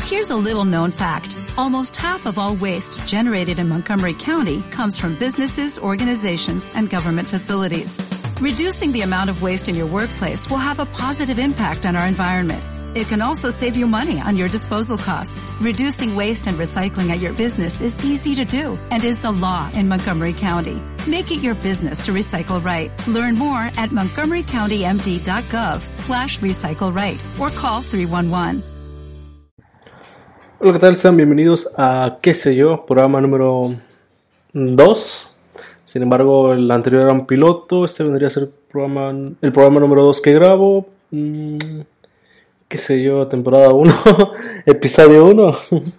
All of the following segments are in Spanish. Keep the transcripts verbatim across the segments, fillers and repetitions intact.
Here's a little known fact. Almost half of all waste generated in Montgomery County comes from businesses, organizations, and government facilities. Reducing the amount of waste in your workplace will have a positive impact on our environment. It can also save you money on your disposal costs. Reducing waste and recycling at your business is easy to do and is the law in Montgomery County. Make it your business to recycle right. Learn more at montgomerycountymd.gov slash recycle right or call three one one. Hola, ¿qué tal? Sean bienvenidos a qué sé yo, programa número dos. Sin embargo, el anterior era un piloto. Este vendría a ser el programa, el programa número dos que grabo. Mm, qué sé yo, temporada uno, episodio uno.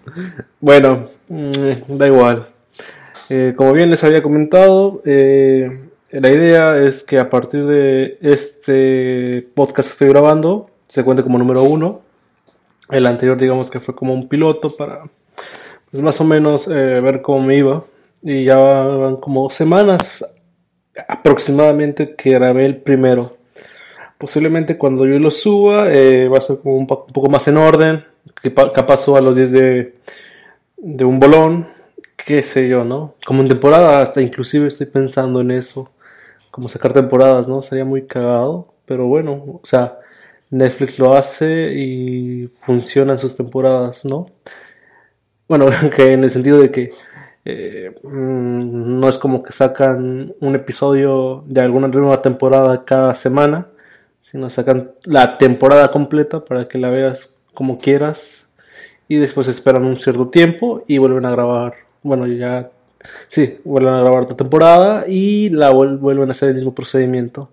Bueno, mm, da igual. Eh, como bien les había comentado, eh, la idea es que a partir de este podcast que estoy grabando se cuente como número uno. El anterior, digamos que fue como un piloto para, pues más o menos, eh, ver cómo me iba. Y ya van como dos semanas aproximadamente que grabé el primero. Posiblemente cuando yo lo suba eh, va a ser como un, po- un poco más en orden. Que pa- capaz suba a los diez de, de un bolón. Qué sé yo, ¿no? Como en temporada, hasta inclusive estoy pensando en eso. Como sacar temporadas, ¿no? Sería muy cagado. Pero bueno, o sea, Netflix lo hace y funcionan sus temporadas, ¿no? Bueno, que en el sentido de que eh, mm, no es como que sacan un episodio de alguna nueva temporada cada semana, sino sacan la temporada completa para que la veas como quieras y después esperan un cierto tiempo y vuelven a grabar. Bueno, ya, sí, vuelven a grabar otra temporada y la vuel- vuelven a hacer el mismo procedimiento.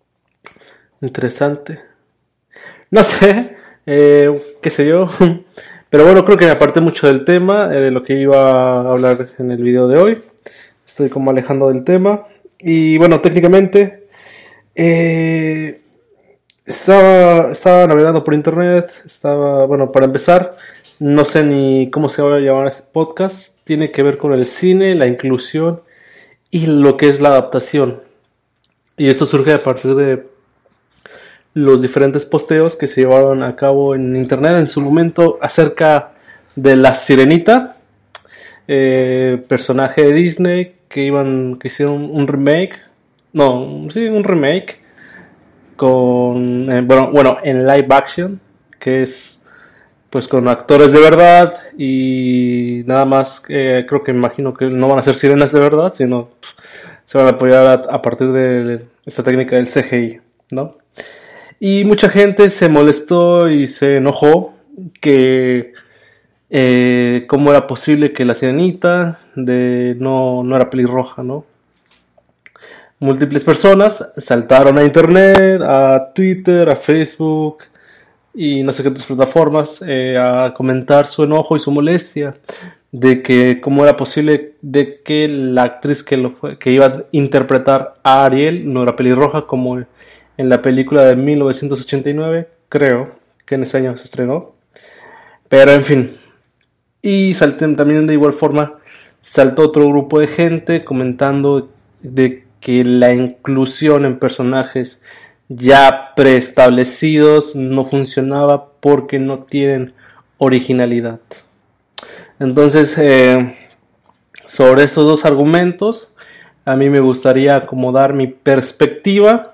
Interesante. No sé, eh, qué sé yo. Pero bueno, creo que me aparté mucho del tema, eh, de lo que iba a hablar en el video de hoy. Estoy como alejando del tema. Y bueno, técnicamente eh, estaba, estaba navegando por internet. Estaba, bueno, para empezar, no sé ni cómo se va a llamar este podcast. Tiene que ver con el cine, la inclusión y lo que es la adaptación. Y eso surge a partir de los diferentes posteos que se llevaron a cabo en internet en su momento acerca de La Sirenita, eh, personaje de Disney que iban que hicieron un remake, no, sí, un remake con eh, bueno, bueno, en live action, que es pues con actores de verdad y nada más. Eh, creo que imagino que no van a ser sirenas de verdad, sino pff, se van a apoyar a, a partir de esta técnica del C G I, ¿no? Y mucha gente se molestó y se enojó que eh, cómo era posible que la sirenita de no, no era pelirroja, ¿no? Múltiples personas saltaron a internet, a Twitter, a Facebook y no sé qué otras plataformas eh, a comentar su enojo y su molestia de que cómo era posible de que la actriz que, lo fue, que iba a interpretar a Ariel no era pelirroja como en la película de mil novecientos ochenta y nueve, creo que en ese año se estrenó. Pero en fin. Y salté, también de igual forma saltó otro grupo de gente comentando de que la inclusión en personajes ya preestablecidos no funcionaba porque no tienen originalidad. Entonces, eh, sobre estos dos argumentos, a mí me gustaría acomodar mi perspectiva.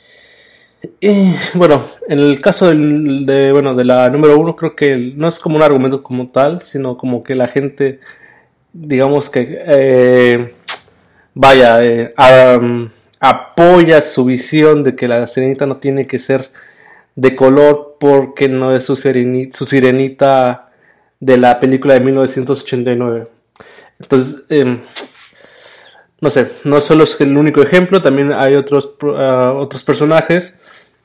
Y bueno, en el caso del, de, bueno, de la número uno, creo que no es como un argumento como tal, sino como que la gente, digamos que, eh, vaya, eh, um, apoya su visión de que la sirenita no tiene que ser de color porque no es su, sirenita, su sirenita de la película de mil novecientos ochenta y nueve. Entonces, eh, no sé, no solo es el único ejemplo, también hay otros, uh, otros personajes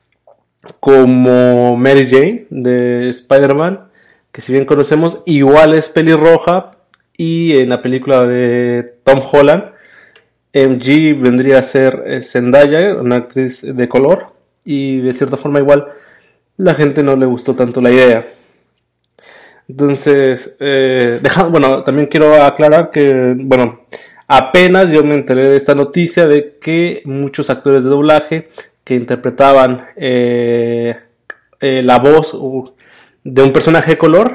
como Mary Jane de Spider-Man, que si bien conocemos, igual es pelirroja, y en la película de Tom Holland, M G vendría a ser Zendaya, una actriz de color, y de cierta forma igual la gente no le gustó tanto la idea. Entonces, eh, deja, bueno, también quiero aclarar que, bueno, apenas yo me enteré de esta noticia de que muchos actores de doblaje que interpretaban eh, eh, la voz de un personaje de color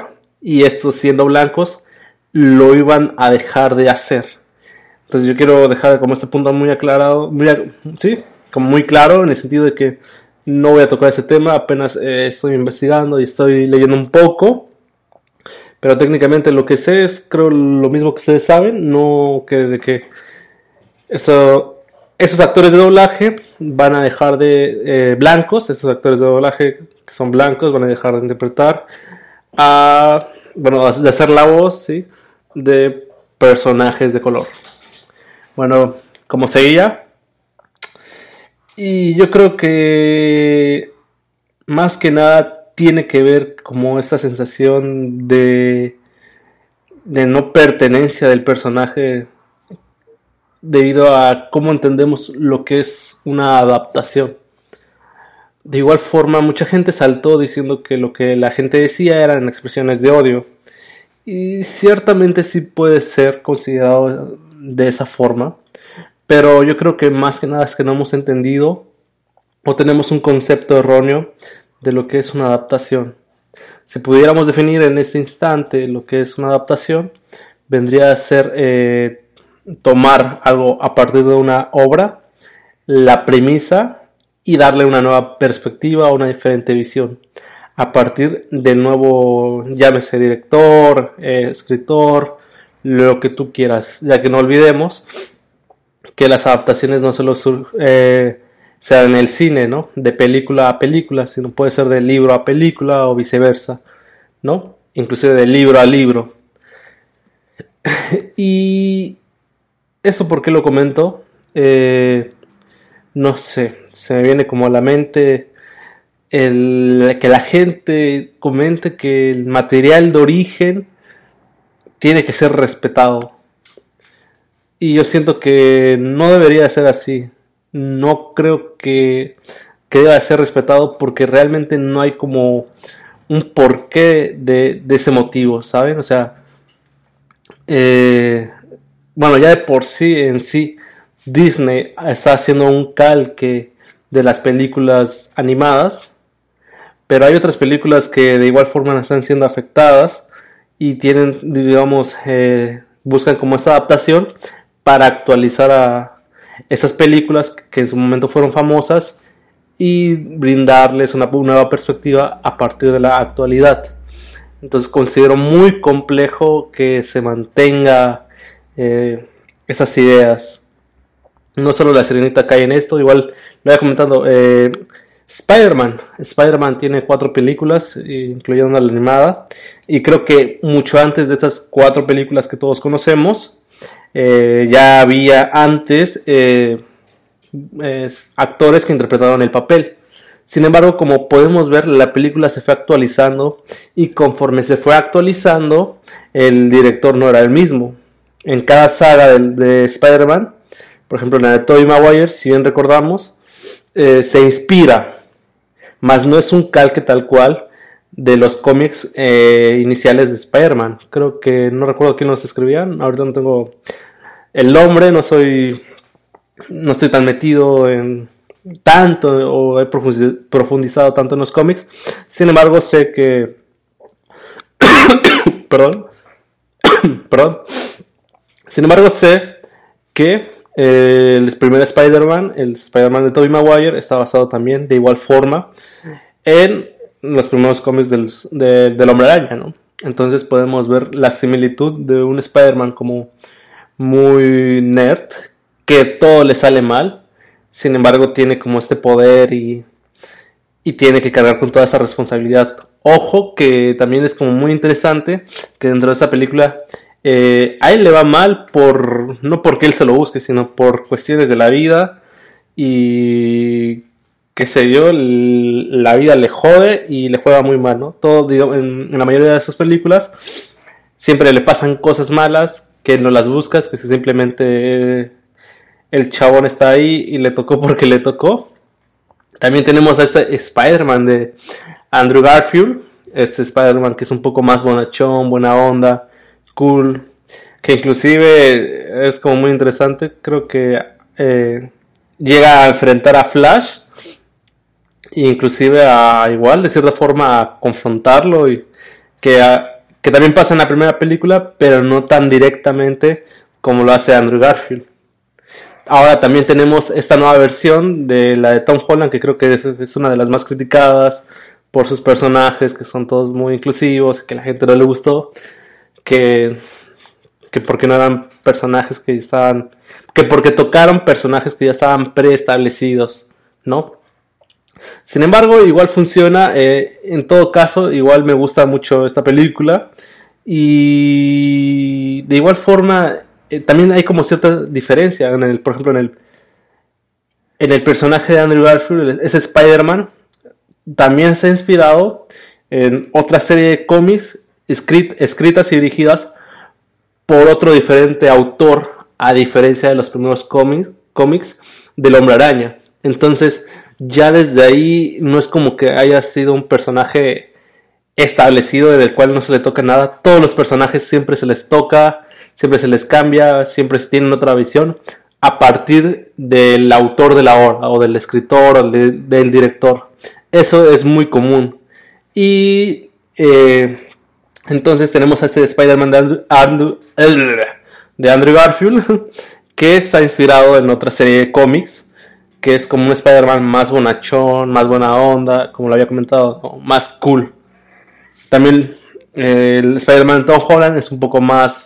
y estos siendo blancos lo iban a dejar de hacer. Entonces yo quiero dejar como este punto muy aclarado, muy, sí, como muy claro en el sentido de que no voy a tocar ese tema, apenas eh, estoy investigando y estoy leyendo un poco, pero técnicamente lo que sé es, creo, lo mismo que ustedes saben, no que de que eso, esos actores de doblaje van a dejar de, eh, blancos, esos actores de doblaje que son blancos van a dejar de interpretar, a, bueno, de hacer la voz, ¿sí?, de personajes de color. Bueno, como seguía, y yo creo que más que nada tiene que ver como esta sensación de, de no pertenencia del personaje debido a cómo entendemos lo que es una adaptación. De igual forma, mucha gente saltó diciendo que lo que la gente decía eran expresiones de odio. Y ciertamente sí puede ser considerado de esa forma. Pero yo creo que más que nada es que no hemos entendido o tenemos un concepto erróneo de lo que es una adaptación. Si pudiéramos definir en este instante lo que es una adaptación, vendría a ser eh, tomar algo a partir de una obra, la premisa, y darle una nueva perspectiva o una diferente visión. A partir del nuevo, llámese director, eh, escritor, lo que tú quieras. Ya que no olvidemos que las adaptaciones no solo eh, sean en el cine, ¿no?, de película a película, sino puede ser de libro a película o viceversa, ¿no? Inclusive de libro a libro. Y eso, ¿por qué lo comento? Eh, no sé, se me viene como a la mente el que la gente comente que el material de origen tiene que ser respetado. Y yo siento que no debería ser así. No creo que, que deba ser respetado porque realmente no hay como un porqué de, de ese motivo, ¿saben? O sea, eh, bueno, ya de por sí en sí Disney está haciendo un calque de las películas animadas, pero hay otras películas que de igual forma están siendo afectadas y tienen, digamos, eh, buscan como esta adaptación para actualizar a esas películas que en su momento fueron famosas y brindarles una nueva perspectiva a partir de la actualidad. Entonces considero muy complejo que se mantenga eh, esas ideas. No solo La Sirenita cae en esto, igual lo había comentado, eh, Spider-Man. Spider-Man tiene cuatro películas, incluyendo la animada, y creo que mucho antes de estas cuatro películas que todos conocemos, eh, ya había antes eh, eh, actores que interpretaron el papel. Sin embargo, como podemos ver, la película se fue actualizando y conforme se fue actualizando, el director no era el mismo. En cada saga de, de Spider-Man, por ejemplo en la de Tobey Maguire, si bien recordamos, eh, se inspira, mas no es un calque tal cual de los cómics eh, iniciales de Spider-Man. Creo que no recuerdo quién los escribían, ahorita no tengo el nombre, no soy no estoy tan metido en tanto o he profundizado tanto en los cómics. Sin embargo, sé que perdón perdón sin embargo sé que eh, el primer Spider-Man, el Spider-Man de Tobey Maguire, está basado también de igual forma en los primeros cómics del, de, del Hombre Araña, ¿no? Entonces podemos ver la similitud de un Spider-Man como muy nerd, que todo le sale mal, sin embargo tiene como este poder y, y tiene que cargar con toda esa responsabilidad. Ojo que también es como muy interesante que dentro de esta película eh, a él le va mal por no porque él se lo busque, sino por cuestiones de la vida y qué sé yo, la vida le jode y le juega muy mal, ¿no? Todo, digo, en, en la mayoría de esas películas siempre le pasan cosas malas que él no las busca, que simplemente eh, el chabón está ahí y le tocó porque le tocó. También tenemos a este Spider-Man de Andrew Garfield, este Spider-Man que es un poco más bonachón, buena onda, cool, que inclusive es como muy interesante, creo que eh, llega a enfrentar a Flash, inclusive a igual de cierta forma a confrontarlo y que a, que también pasa en la primera película, pero no tan directamente como lo hace Andrew Garfield. Ahora también tenemos esta nueva versión de la de Tom Holland, que creo que es una de las más criticadas por sus personajes, que son todos muy inclusivos, que a la gente no le gustó, que, que porque no eran personajes que estaban, que porque tocaron personajes que ya estaban preestablecidos, ¿no? Sin embargo, igual funciona, eh, en todo caso, igual me gusta mucho esta película, y de igual forma, eh, también hay como cierta diferencia, en el, por ejemplo, en el, en el personaje de Andrew Garfield, ese Spider-Man, también se ha inspirado en otra serie de cómics escrit- escritas y dirigidas por otro diferente autor, a diferencia de los primeros cómics, cómics del Hombre Araña. Entonces, ya desde ahí no es como que haya sido un personaje establecido del cual no se le toca nada. Todos los personajes siempre se les toca, siempre se les cambia, siempre tienen otra visión a partir del autor de la obra, o del escritor, o de, del director. Eso es muy común. Y eh, entonces tenemos a este Spider-Man de Andrew, Andrew, de Andrew Garfield, que está inspirado en otra serie de cómics, que es como un Spider-Man más bonachón, más buena onda, como lo había comentado, ¿no? Más cool. También eh, el Spider-Man de Tom Holland es un poco más,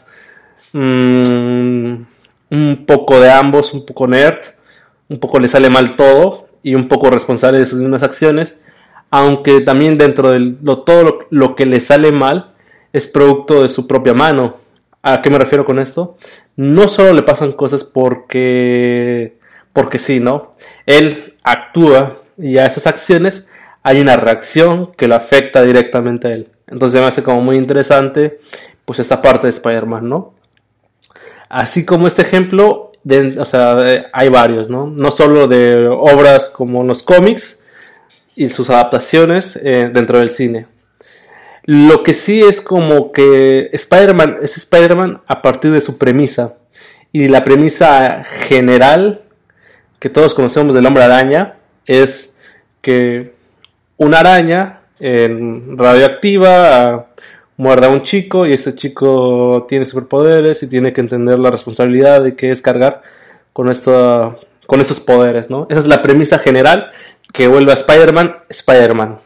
mmm, un poco de ambos, un poco nerd, un poco le sale mal todo, y un poco responsable de sus mismas acciones, aunque también dentro de lo, todo lo, lo que le sale mal es producto de su propia mano. ¿A qué me refiero con esto? No solo le pasan cosas porque, porque sí, ¿no? Él actúa y a esas acciones hay una reacción que lo afecta directamente a él. Entonces me hace como muy interesante pues esta parte de Spider-Man, ¿no? Así como este ejemplo, de, o sea, de, hay varios, ¿no? No solo de obras como los cómics y sus adaptaciones eh, dentro del cine. Lo que sí es como que Spider-Man es Spider-Man a partir de su premisa. Y la premisa general que todos conocemos del Hombre Araña es que una araña eh, radioactiva muerde a un chico, y ese chico tiene superpoderes y tiene que entender la responsabilidad de que es cargar con, esto, con estos poderes, ¿no? Esa es la premisa general que vuelve a Spider-Man, Spider-Man.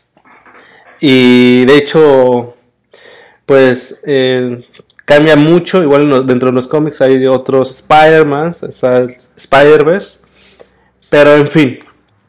Y de hecho, pues eh, cambia mucho. Igual dentro de los cómics hay otros Spider-Man, Spider-Verse, pero en fin.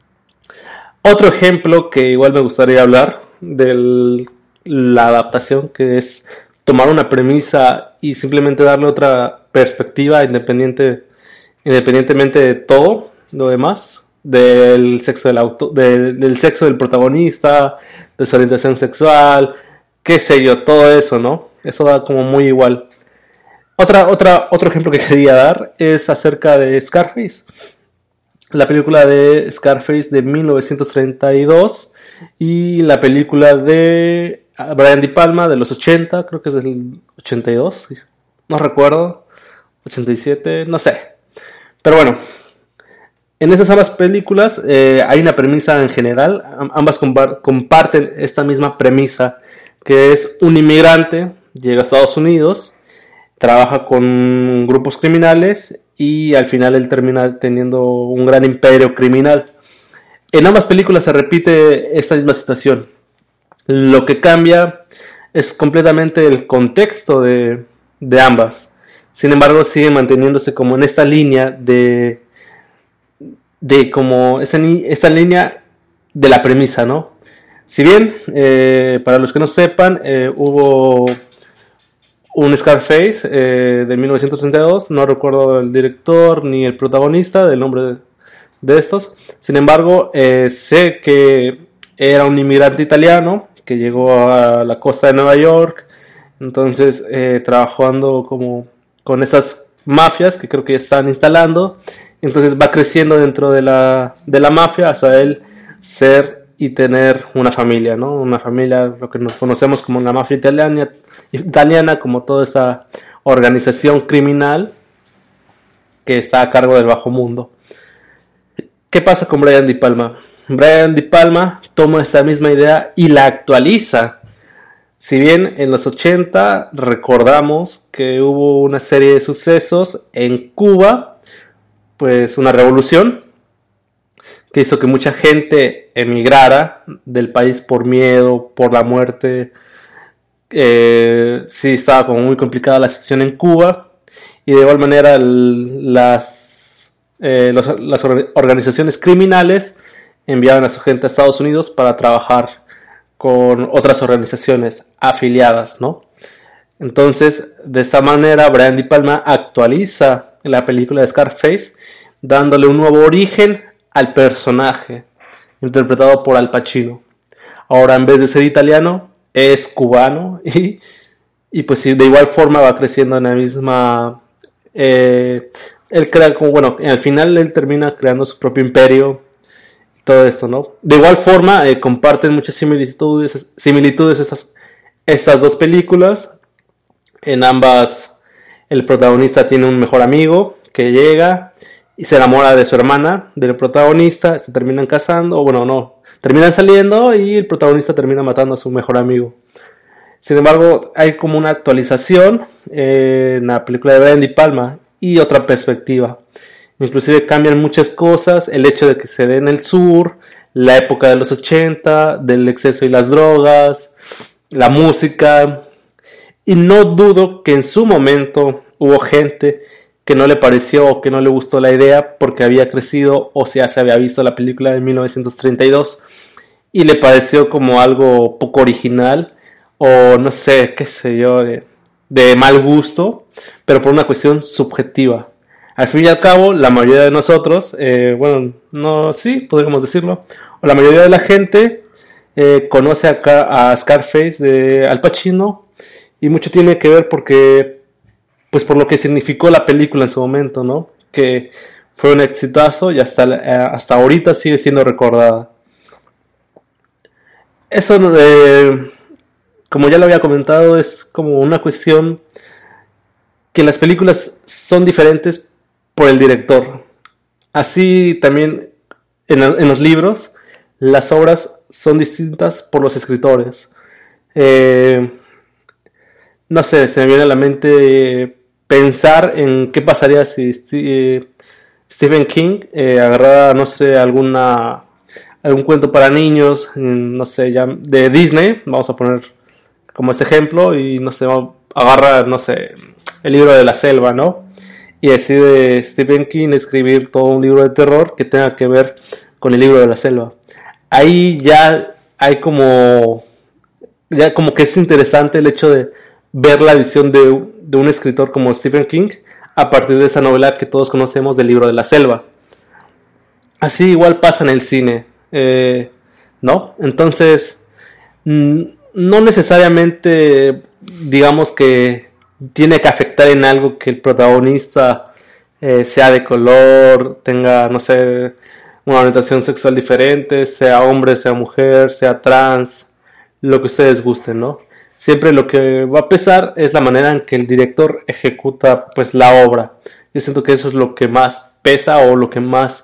Otro ejemplo que igual me gustaría hablar de la adaptación, que es tomar una premisa y simplemente darle otra perspectiva independiente, independientemente de todo lo demás, del sexo del auto, de, del sexo del protagonista, de su orientación sexual, qué sé yo, todo eso, ¿no? Eso da como muy igual. Otra, otra, otro ejemplo que quería dar es acerca de Scarface. La película de Scarface de mil novecientos treinta y dos y la película de Brian De Palma de los ochenta, creo que es del ochenta y dos, no recuerdo, ochenta y siete, no sé. Pero bueno, en esas ambas películas eh, hay una premisa en general, ambas comparten esta misma premisa, que es un inmigrante, llega a Estados Unidos, trabaja con grupos criminales y al final él termina teniendo un gran imperio criminal. En ambas películas se repite esta misma situación. Lo que cambia es completamente el contexto de, de ambas. Sin embargo, siguen manteniéndose como en esta línea de, de como esta, esta línea de la premisa, ¿no? Si bien, eh, para los que no sepan, eh, hubo un Scarface eh, de mil novecientos treinta y dos, no recuerdo el director ni el protagonista del nombre de, de estos. Sin embargo, eh, sé que era un inmigrante italiano que llegó a la costa de Nueva York, entonces eh, trabajando como con esas mafias que creo que ya están instalando, entonces va creciendo dentro de la, de la mafia hasta él ser y tener una familia, ¿no? Una familia, lo que nos conocemos como la mafia italiana, italiana, como toda esta organización criminal que está a cargo del bajo mundo. ¿Qué pasa con Brian De Palma? Brian De Palma toma esta misma idea y la actualiza. Si bien en los ochenta recordamos que hubo una serie de sucesos en Cuba, pues una revolución que hizo que mucha gente emigrara del país por miedo, por la muerte. Eh, sí, estaba como muy complicada la situación en Cuba, y de igual manera el, las, eh, los, las organizaciones criminales enviaban a su gente a Estados Unidos para trabajar con otras organizaciones afiliadas, ¿no? Entonces, de esta manera, Brian De Palma actualiza la película de Scarface, dándole un nuevo origen al personaje, interpretado por Al Pacino. Ahora, en vez de ser italiano, es cubano, y, y pues de igual forma va creciendo en la misma... Eh, él crea como, bueno, al final él termina creando su propio imperio, todo esto, ¿no? De igual forma, eh, comparten muchas similitudes, similitudes estas, estas dos películas. En ambas, el protagonista tiene un mejor amigo que llega y se enamora de su hermana, del protagonista, se terminan casando, o bueno, no, terminan saliendo y el protagonista termina matando a su mejor amigo. Sin embargo, hay como una actualización eh, en la película de Brian De Palma y otra perspectiva. Inclusive cambian muchas cosas, el hecho de que se dé en el sur, la época de los ochenta, del exceso y las drogas, la música. Y no dudo que en su momento hubo gente que no le pareció o que no le gustó la idea porque había crecido o ya se había visto la película de mil novecientos treinta y dos y le pareció como algo poco original o no sé, qué sé yo, de, de mal gusto, pero por una cuestión subjetiva. Al fin y al cabo, la mayoría de nosotros, eh, bueno, no, sí, podríamos decirlo, o la mayoría de la gente eh, conoce a, a Scarface de Al Pacino, y mucho tiene que ver porque, pues por lo que significó la película en su momento, ¿no? Que fue un exitazo y hasta, eh, hasta ahorita sigue siendo recordada. Eso, eh, como ya lo había comentado, es como una cuestión que las películas son diferentes por el director. Así también en, en los libros, las obras son distintas por los escritores. Eh, no sé, se me viene a la mente pensar en qué pasaría si eh, Stephen King eh, agarrara, no sé, alguna algún cuento para niños, no sé, ya de Disney, vamos a poner como este ejemplo, y no sé, agarra, no sé, el libro de la selva, ¿no? Y decide Stephen King escribir todo un libro de terror que tenga que ver con el libro de la selva. Ahí ya hay como, ya como que es interesante el hecho de ver la visión de, de un escritor como Stephen King a partir de esa novela que todos conocemos del libro de la selva. Así igual pasa en el cine, eh, ¿no? Entonces, no necesariamente digamos que tiene que afectar en algo que el protagonista eh, sea de color, tenga, no sé, una orientación sexual diferente, sea hombre, sea mujer, sea trans, lo que ustedes gusten, ¿no? Siempre lo que va a pesar es la manera en que el director ejecuta, pues, la obra. Yo siento que eso es lo que más pesa o lo que más...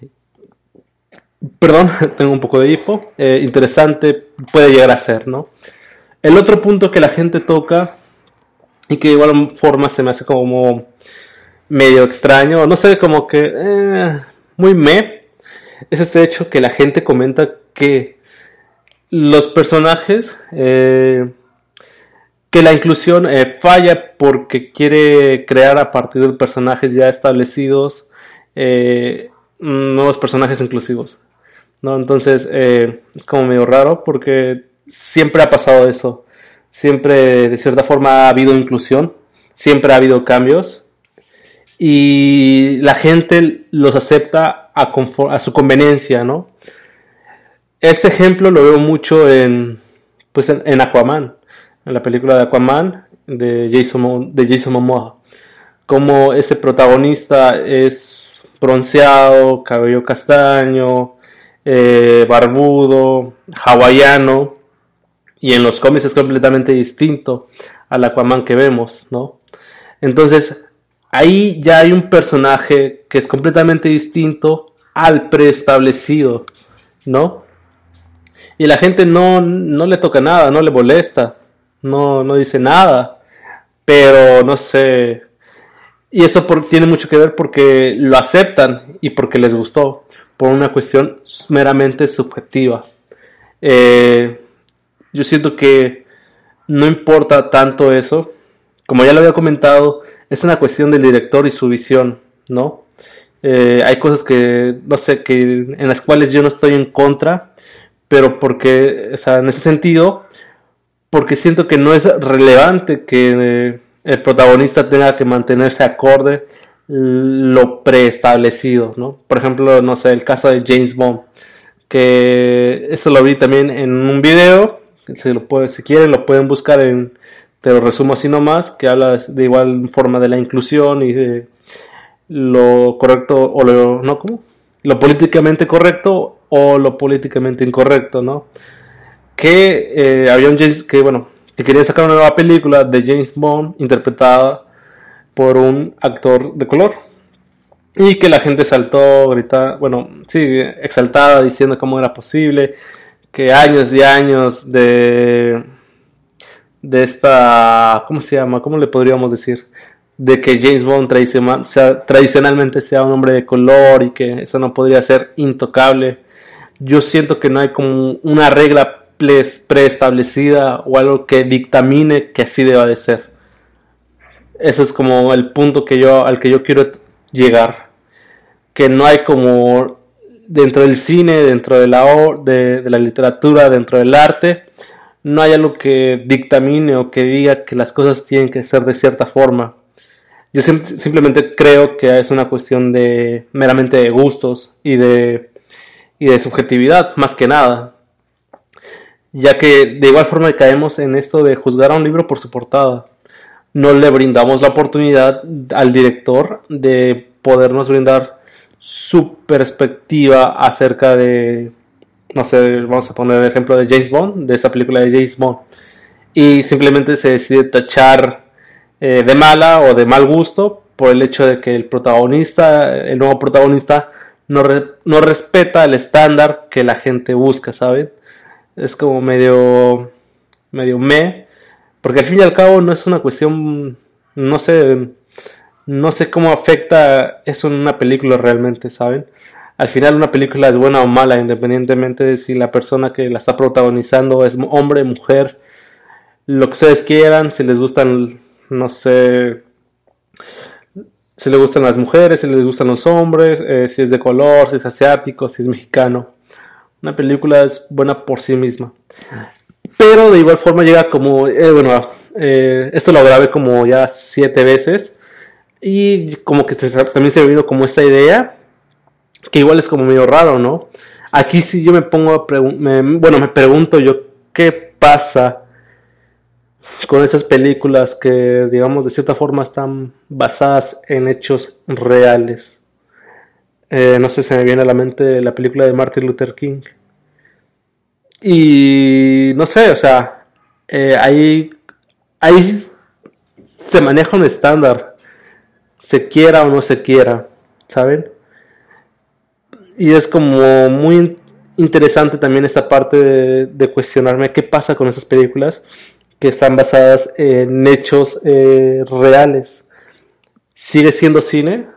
Perdón, tengo un poco de hipo. Eh, interesante puede llegar a ser, ¿no? El otro punto que la gente toca y que de igual forma se me hace como medio extraño, no sé, como que eh, muy meh, es este hecho que la gente comenta que los personajes, eh, que la inclusión eh, falla porque quiere crear a partir de personajes ya establecidos eh, nuevos personajes inclusivos, ¿no? Entonces eh, es como medio raro porque siempre ha pasado eso. Siempre, de cierta forma, ha habido inclusión, siempre ha habido cambios y la gente los acepta a, conform- a su conveniencia, ¿no? Este ejemplo lo veo mucho en, pues en, en Aquaman, en la película de Aquaman de Jason, de Jason Momoa. Como ese protagonista es bronceado, cabello castaño, eh, barbudo, hawaiano. Y en los cómics es completamente distinto al Aquaman que vemos, ¿no? Entonces, ahí ya hay un personaje que es completamente distinto al preestablecido, ¿no? Y la gente no, no le toca nada, no le molesta. no, no dice nada, pero no sé, y eso por, tiene mucho que ver porque lo aceptan y porque les gustó, por una cuestión meramente subjetiva. Eh, yo siento que no importa tanto eso, como ya lo había comentado, es una cuestión del director y su visión, ¿no? Eh, hay cosas que, no sé, que en las cuales yo no estoy en contra, pero porque, o sea, en ese sentido, porque siento que no es relevante que eh, el protagonista tenga que mantenerse acorde lo preestablecido, ¿no? Por ejemplo, no sé, el caso de James Bond, que eso lo vi también en un video, si, lo puede, si quieren lo pueden buscar en, te lo resumo así nomás, que habla de igual forma de la inclusión y de lo correcto o lo, no, ¿cómo? Lo políticamente correcto o lo políticamente incorrecto, ¿no? Que eh, había un James, que bueno, que querían sacar una nueva película de James Bond interpretada por un actor de color y que la gente saltó, grita, bueno, sí, exaltada, diciendo cómo era posible que años y años de de esta, ¿cómo se llama? ¿Cómo le podríamos decir? De que James Bond tradicional, o sea, tradicionalmente sea un hombre de color y que eso no podría ser intocable. Yo siento que no hay como una regla preestablecida o algo que dictamine que así deba de ser. Ese es como el punto que yo, al que yo quiero llegar. Que no hay como dentro del cine, dentro de la, de, de la literatura, dentro del arte, no hay algo que dictamine o que diga que las cosas tienen que ser de cierta forma. Yo sim- simplemente creo que es una cuestión de meramente de gustos y de, y de subjetividad, más que nada. Ya que de igual forma caemos en esto de juzgar a un libro por su portada. No le brindamos la oportunidad al director de podernos brindar su perspectiva acerca de, no sé, vamos a poner el ejemplo de James Bond, de esa película de James Bond, y simplemente se decide tachar eh, de mala o de mal gusto por el hecho de que el protagonista, el nuevo protagonista, no, re, no respeta el estándar que la gente busca, ¿saben? Es como medio, medio meh, porque al fin y al cabo no es una cuestión, no sé, no sé cómo afecta eso en una película realmente, ¿saben? Al final una película es buena o mala, independientemente de si la persona que la está protagonizando es hombre, mujer, lo que ustedes quieran, si les gustan, no sé, si les gustan las mujeres, si les gustan los hombres, eh, si es de color, si es asiático, si es mexicano. Una película es buena por sí misma. Pero de igual forma llega como, eh, bueno, eh, esto lo grabé como ya siete veces y como que también se me vino como esta idea, que igual es como medio raro, ¿no? Aquí sí yo me pongo a preguntar, bueno, me pregunto yo, ¿qué pasa con esas películas que, digamos, de cierta forma están basadas en hechos reales? Eh, no sé, se me viene a la mente la película de Martin Luther King. Y no sé, o sea, eh, ahí, ahí se maneja un estándar, se quiera o no se quiera, ¿saben? Y es como muy interesante también esta parte de, de cuestionarme qué pasa con esas películas que están basadas en hechos eh, reales. ¿Sigue siendo cine?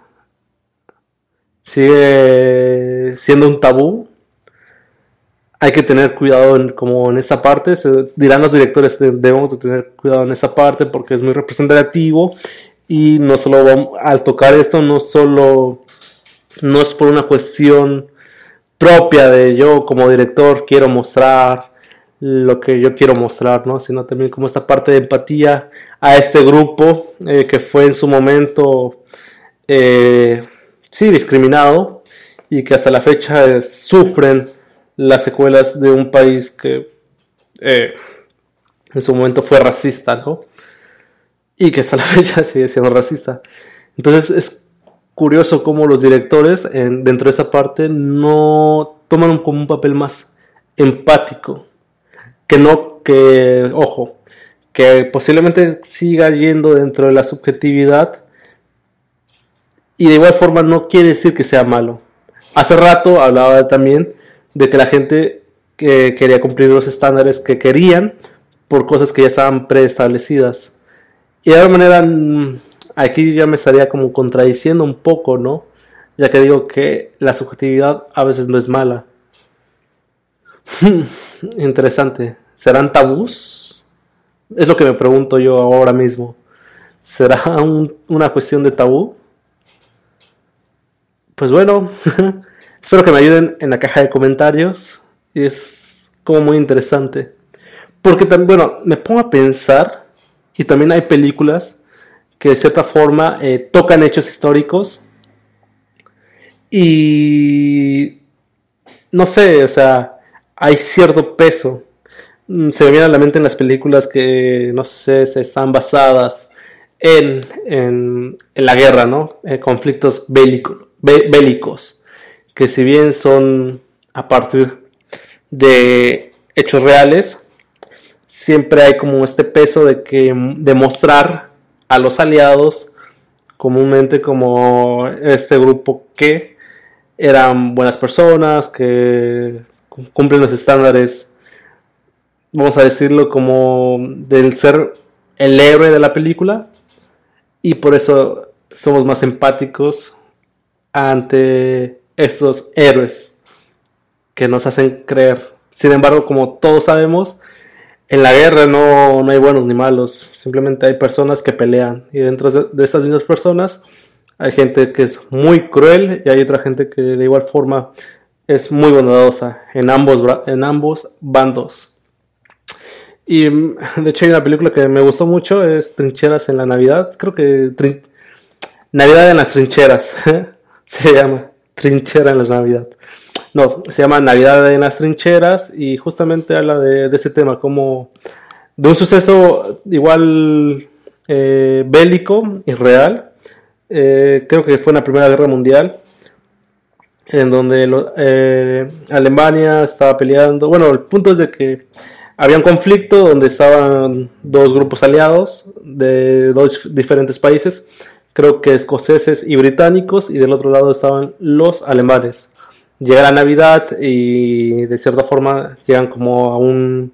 ¿Sigue siendo un tabú? Hay que tener cuidado en, como en esta parte, se dirán los directores, debemos de tener cuidado en esta parte porque es muy representativo y no solo vamos, al tocar esto no solo no es por una cuestión propia de yo como director quiero mostrar lo que yo quiero mostrar, ¿no? Sino también como esta parte de empatía a este grupo eh, que fue en su momento eh, sí discriminado y que hasta la fecha eh, sufren las secuelas de un país que eh, en su momento fue racista, ¿no? Y que hasta la fecha sigue siendo racista. Entonces es curioso cómo los directores en, dentro de esa parte no toman un, como un papel más empático. Que no, que, ojo, que posiblemente siga yendo dentro de la subjetividad y de igual forma no quiere decir que sea malo. Hace rato hablaba también de que la gente que quería cumplir los estándares que querían por cosas que ya estaban preestablecidas. Y de alguna manera aquí ya me estaría como contradiciendo un poco, ¿no? Ya que digo que la subjetividad a veces no es mala. Interesante. ¿Serán tabús? Es lo que me pregunto yo ahora mismo. ¿Será un, una cuestión de tabú? Pues bueno, espero que me ayuden en la caja de comentarios. Es como muy interesante. Porque también, bueno, me pongo a pensar, y también hay películas que de cierta forma eh, tocan hechos históricos. Y no sé, o sea, hay cierto peso. Se me viene a la mente en las películas que, no sé, se están basadas en, en, en la guerra, ¿no? En conflictos bélico, bé, bélicos, que si bien son a partir de hechos reales, siempre hay como este peso de que demostrar a los aliados comúnmente como este grupo que eran buenas personas, que cumplen los estándares, vamos a decirlo, como del ser el héroe de la película, y por eso somos más empáticos ante estos héroes que nos hacen creer. Sin embargo, como todos sabemos, en la guerra no, no hay buenos ni malos, simplemente hay personas que pelean, y dentro de, de esas mismas personas hay gente que es muy cruel y hay otra gente que de igual forma es muy bondadosa en ambos, en ambos bandos. Y de hecho hay una película que me gustó mucho, es Trincheras en la Navidad, creo que trin... Navidad en las Trincheras, se llama Trinchera en la Navidad. No, se llama Navidad en las Trincheras y justamente habla de, de ese tema, como de un suceso igual eh, bélico y real. Eh, creo que fue en la Primera Guerra Mundial, en donde lo, eh, Alemania estaba peleando. Bueno, el punto es de que había un conflicto donde estaban dos grupos aliados de dos diferentes países, creo que escoceses y británicos, y del otro lado estaban los alemanes. Llega la Navidad y de cierta forma llegan como a un,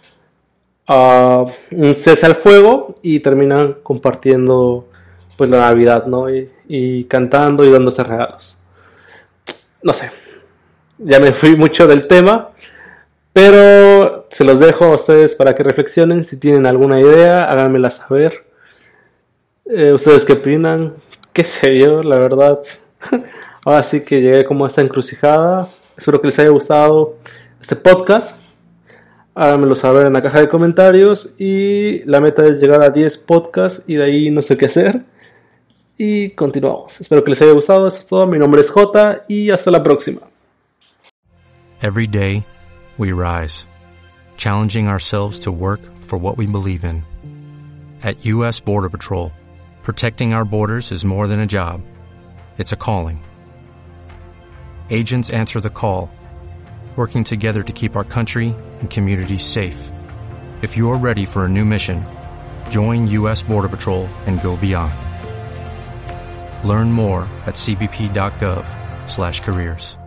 a un cese al fuego y terminan compartiendo pues la Navidad, ¿no? Y, y cantando y dándose regalos. No sé, ya me fui mucho del tema, pero se los dejo a ustedes para que reflexionen. Si tienen alguna idea, háganmela saber. Eh, ¿Ustedes qué opinan? ¿Qué sé yo? La verdad, ahora sí que llegué como a esta encrucijada. Espero que les haya gustado este podcast. Háganmelo saber en la caja de comentarios. Y la meta es llegar a diez podcasts y de ahí no sé qué hacer. Y continuamos. Espero que les haya gustado. Esto es todo. Mi nombre es Jota y hasta la próxima. Every day we rise, challenging ourselves to work for what we believe in. At U S Border Patrol, protecting our borders is more than a job. It's a calling. Agents answer the call, working together to keep our country and communities safe. If you are ready for a new mission, join U S Border Patrol and go beyond. Learn more at c b p dot gov slash careers.